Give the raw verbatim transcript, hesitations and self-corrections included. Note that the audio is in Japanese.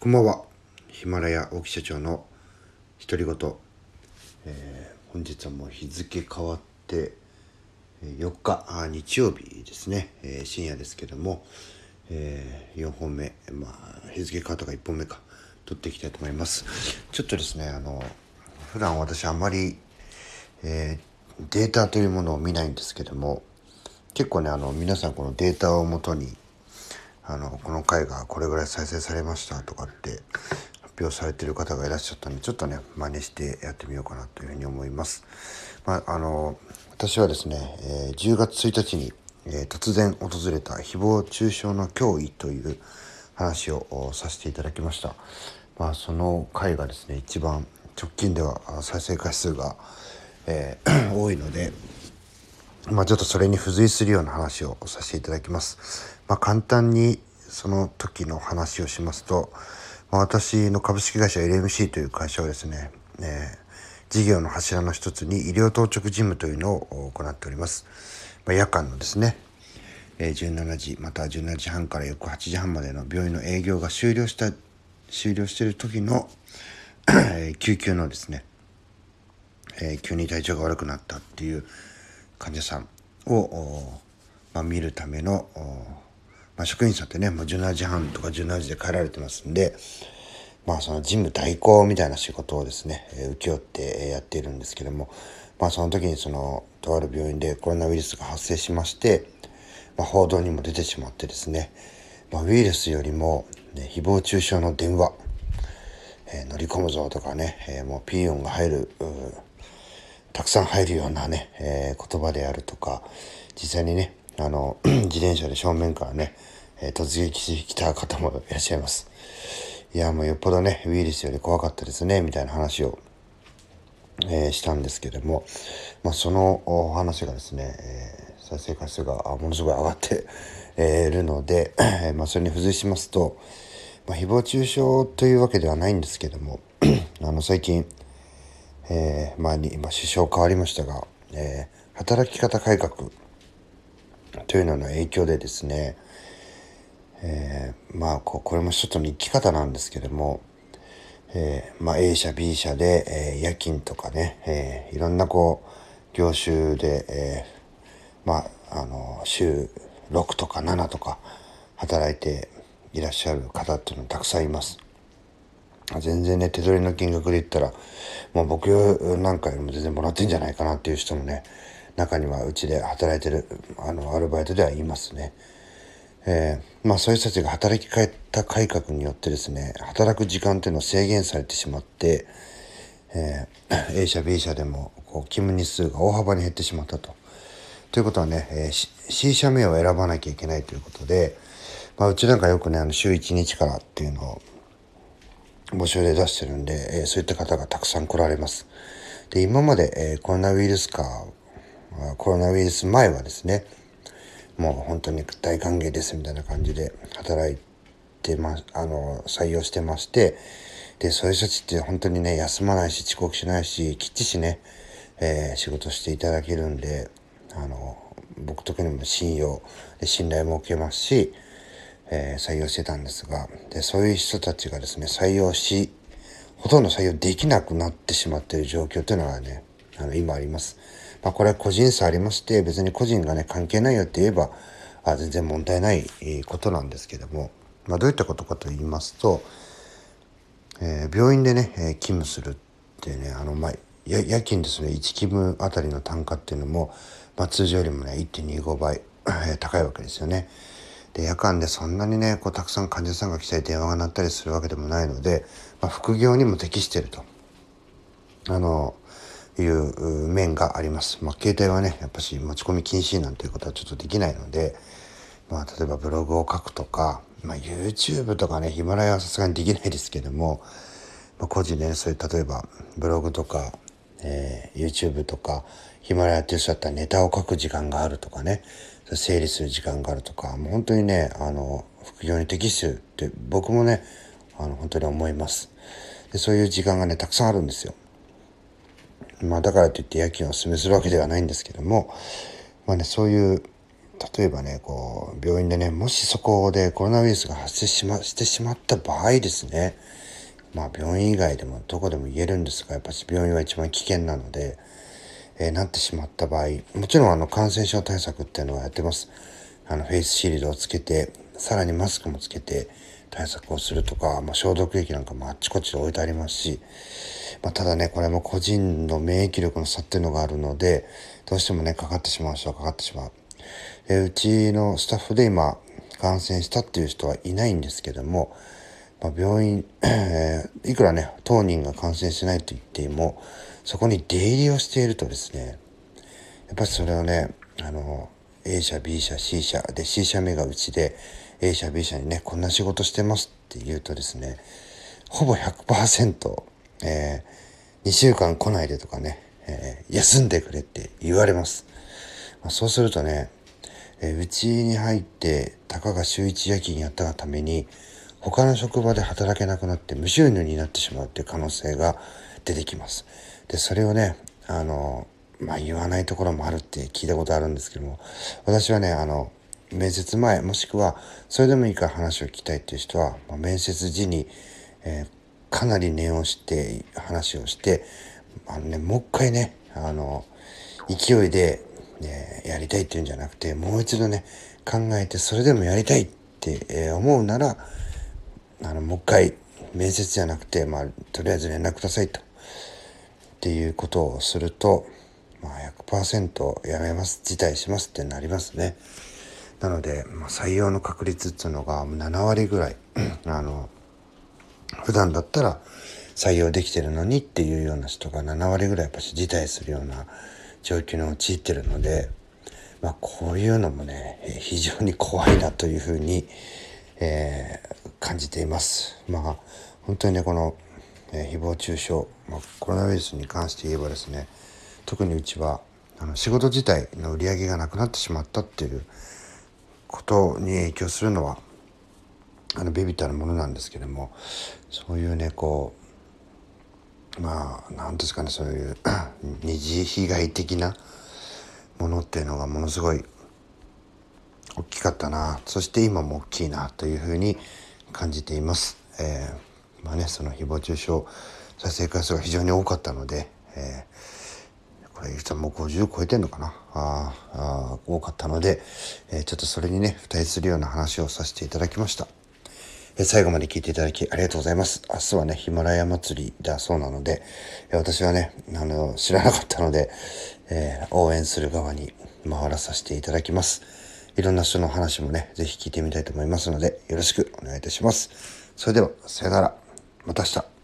こんばんは。ヒマラヤ大木社長の独り言、えー、本日はもう日付変わってよっかあ日曜日ですね、えー、深夜ですけども、えー、よんほんめ、まあ、日付変わったかいっぽんめか撮っていきたいと思います。ちょっとですね、あの普段私あまり、えー、データというものを見ないんですけども、結構ねあの皆さんこのデータをもとにあのこの回がこれぐらい再生されましたとかって発表されている方がいらっしゃったので、ちょっとね真似してやってみようかなというふうに思います。まあ、あの私はですね、えー、じゅうがつついたちに、えー、突然訪れた誹謗中傷の脅威という話をさせていただきました。まあ、その回がですね一番直近では再生回数が、えー、多いので、まあ、ちょっとそれに付随するような話をさせていただきます。まあ、簡単にその時の話をしますと、まあ、私の株式会社 エルエムシー という会社はですね、えー、事業の柱の一つに医療当直事務というのを行っております。まあ、夜間のですね、えー、じゅうしちじまたはじゅうしちじはんから翌はちじはんまでの病院の営業が終了した終了している時の救急のですね、えー、急に体調が悪くなったっていう患者さんを、まあ、見るための、まあ、職員さんってねもうじゅうしちじはんとかじゅうしちじで帰られてますんで、まあその事務代行みたいな仕事をですね、えー、請け負ってやっているんですけども、まあその時にそのとある病院でコロナウイルスが発生しまして、まあ、報道にも出てしまってですね、まあ、ウイルスよりも、ね、誹謗中傷の電話、えー、乗り込むぞとかね、えー、もうピー音が入るたくさん入るようなね、えー、言葉であるとか、実際にねあの自転車で正面からね、えー、突撃してきた方もいらっしゃいます。いやもうよっぽどねウイルスより怖かったですねみたいな話を、えー、したんですけども、まあ、そのお話がですね、えー、再生回数がものすごい上がってい、えー、るので、えーまあ、それに付随しますと、まあ、誹謗中傷というわけではないんですけどもあの最近、えー、前に今首相変わりましたが、えー、働き方改革というのの影響でですね、えー、まあここれも一つの生き方なんですけども、えーまあ、A 社 B 社で、えー、夜勤とかね、えー、いろんなこう業種で、えー、まああの週ろくとかななとか働いていらっしゃる方っていうのたくさんいます。全然ね手取りの金額で言ったらもう僕なんかよりも全然もらってんじゃないかなっていう人もね中にはうちで働いてるあのアルバイトではいますね。えー、まあそういう人たちが働き方改革によってですね働く時間っていうのを制限されてしまって、えー、A 社 B 社でもこう勤務日数が大幅に減ってしまったと。ということはね、えー、C 社名を選ばなきゃいけないということで、まあ、うちなんかよくねあの週いちにちからっていうのを募集で出してるんで、えー、そういった方がたくさん来られます。で今まで、えー、コロナウイルスかコロナウイルス前はですねもう本当に大歓迎ですみたいな感じで働いてまあの採用してまして、でそういう人たちって本当にね休まないし遅刻しないしきっちしね、えー、仕事していただけるんで、あの僕特にも信用で信頼も受けますし、えー、採用してたんですが、でそういう人たちがですね採用しほとんど採用できなくなってしまっている状況というのがねあの今あります。まあ、これは個人差ありまして、別に個人がね関係ないよって言えばあ全然問題ないことなんですけども、まあ、どういったことかと言いますと、えー、病院でね、えー、勤務するってねあの、まあ、や夜勤ですねいち勤務あたりの単価っていうのも、まあ、通常よりもね いってんにごばい、えー、高いわけですよね。で夜間でそんなにねこうたくさん患者さんが来たり電話が鳴ったりするわけでもないので、まあ、副業にも適しているとあのいう面があります。まあ、携帯はねやっぱし持ち込み禁止なんていうことはちょっとできないので、まあ、例えばブログを書くとか、まあ、YouTube とかねヒマラヤはさすがにできないですけども、まあ、個人でねそういう例えばブログとか、えー、YouTube とかヒマラヤっていう人だったらネタを書く時間があるとかね整理する時間があるとか、もう本当にねあの副業に適してるって僕もねあの本当に思います。でそういう時間がねたくさんあるんですよ。まあだからといって夜勤をお勧めするわけではないんですけども、まあねそういう例えばね、こう病院でね、もしそこでコロナウイルスが発生しましてしまった場合ですね、まあ病院以外でもどこでも言えるんですが、やっぱり病院は一番危険なので、えー、なってしまった場合、もちろんあの感染症対策っていうのはやってます。あのフェイスシールドをつけて、さらにマスクもつけて対策をするとか、まあ、消毒液なんかもあっちこっちで置いてありますし、まあ、ただね、これも個人の免疫力の差っていうのがあるので、どうしてもね、かかってしまう人はかかってしまう。えー、うちのスタッフで今感染したっていう人はいないんですけども、まあ、病院、えー、いくらね当人が感染しないと言っても、そこに出入りをしているとですね、やっぱりそれをね、あの A 社 B 社 C 社で C 社目がうちで A 社 B 社にね、こんな仕事してますって言うとですね、ほぼ ひゃくパーセント、えー、にしゅうかん来ないでとかね、えー、休んでくれって言われます。まあ、そうするとね、えー、うちに入ってたかが週一夜勤やったがために他の職場で働けなくなって無収入になってしまうっていう可能性が出てきます。でそれをね、あのまあ言わないところもあるって聞いたことあるんですけども、私はね、あの面接前もしくはそれでもいいから話を聞きたいっていう人は、まあ、面接時に、えー、かなり念をして話をして、あのね、もう一回ね、あの勢いで、ね、やりたいっていうんじゃなくて、もう一度ね考えて、それでもやりたいって、えー、思うなら、あのもう一回面接じゃなくて、まあとりあえず連絡くださいとっていうことをすると、まあ、ひゃくパーセント やめます、辞退しますってなりますね。なので、まあ、採用の確率っていうのがななわりぐらいあの普段だったら採用できてるのにっていうような人がななわりぐらいやっぱし辞退するような状況に陥ってるので、まあ、こういうのもね非常に怖いなというふうに、えー、感じています。まあ本当にね、この、えー、誹謗中傷、まあ、コロナウイルスに関して言えばですね、特にうちはあの仕事自体の売り上げがなくなってしまったっていうことに影響するのはあのビビったるものなんですけども、そういうね、こうまあ何ですかね、そういう二次被害的なものっていうのがものすごい大きかったな、そして今も大きいなというふうに感じています。えー、まあね、その誹謗中傷再生回数が非常に多かったので、えー、これ実はもうごじゅう超えてんのかな、ああ多かったので、えー、ちょっとそれにね付帯するような話をさせていただきました。えー、最後まで聞いていただきありがとうございます。明日はねヒマラヤ祭りだそうなので、えー、私はねあの知らなかったので、えー、応援する側に回らさせていただきます。いろんな人の話もね、ぜひ聞いてみたいと思いますので、よろしくお願いいたします。それでは、さよなら。また明日。